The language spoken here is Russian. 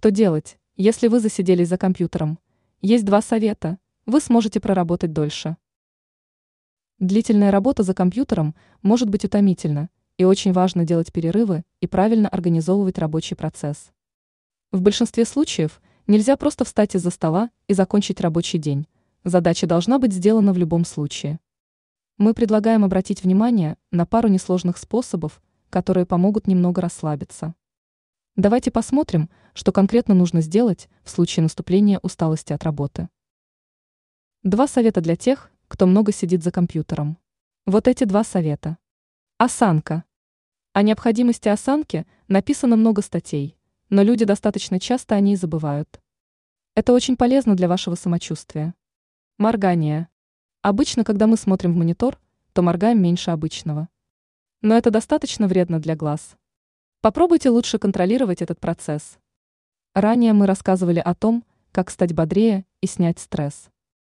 Что делать, если вы засиделись за компьютером? Есть два совета. Вы сможете проработать дольше. Длительная работа за компьютером может быть утомительна, и очень важно делать перерывы и правильно организовывать рабочий процесс. В большинстве случаев нельзя просто встать из-за стола и закончить рабочий день. Задача должна быть сделана в любом случае. Мы предлагаем обратить внимание на пару несложных способов, которые помогут немного расслабиться. Давайте посмотрим, что конкретно нужно сделать в случае наступления усталости от работы. Два совета для тех, кто много сидит за компьютером. Вот эти два совета. Осанка. О необходимости осанки написано много статей, но люди достаточно часто о ней забывают. Это очень полезно для вашего самочувствия. Моргание. Обычно, когда мы смотрим в монитор, то моргаем меньше обычного. Но это достаточно вредно для глаз. Попробуйте лучше контролировать этот процесс. Ранее мы рассказывали о том, как стать бодрее и снять стресс.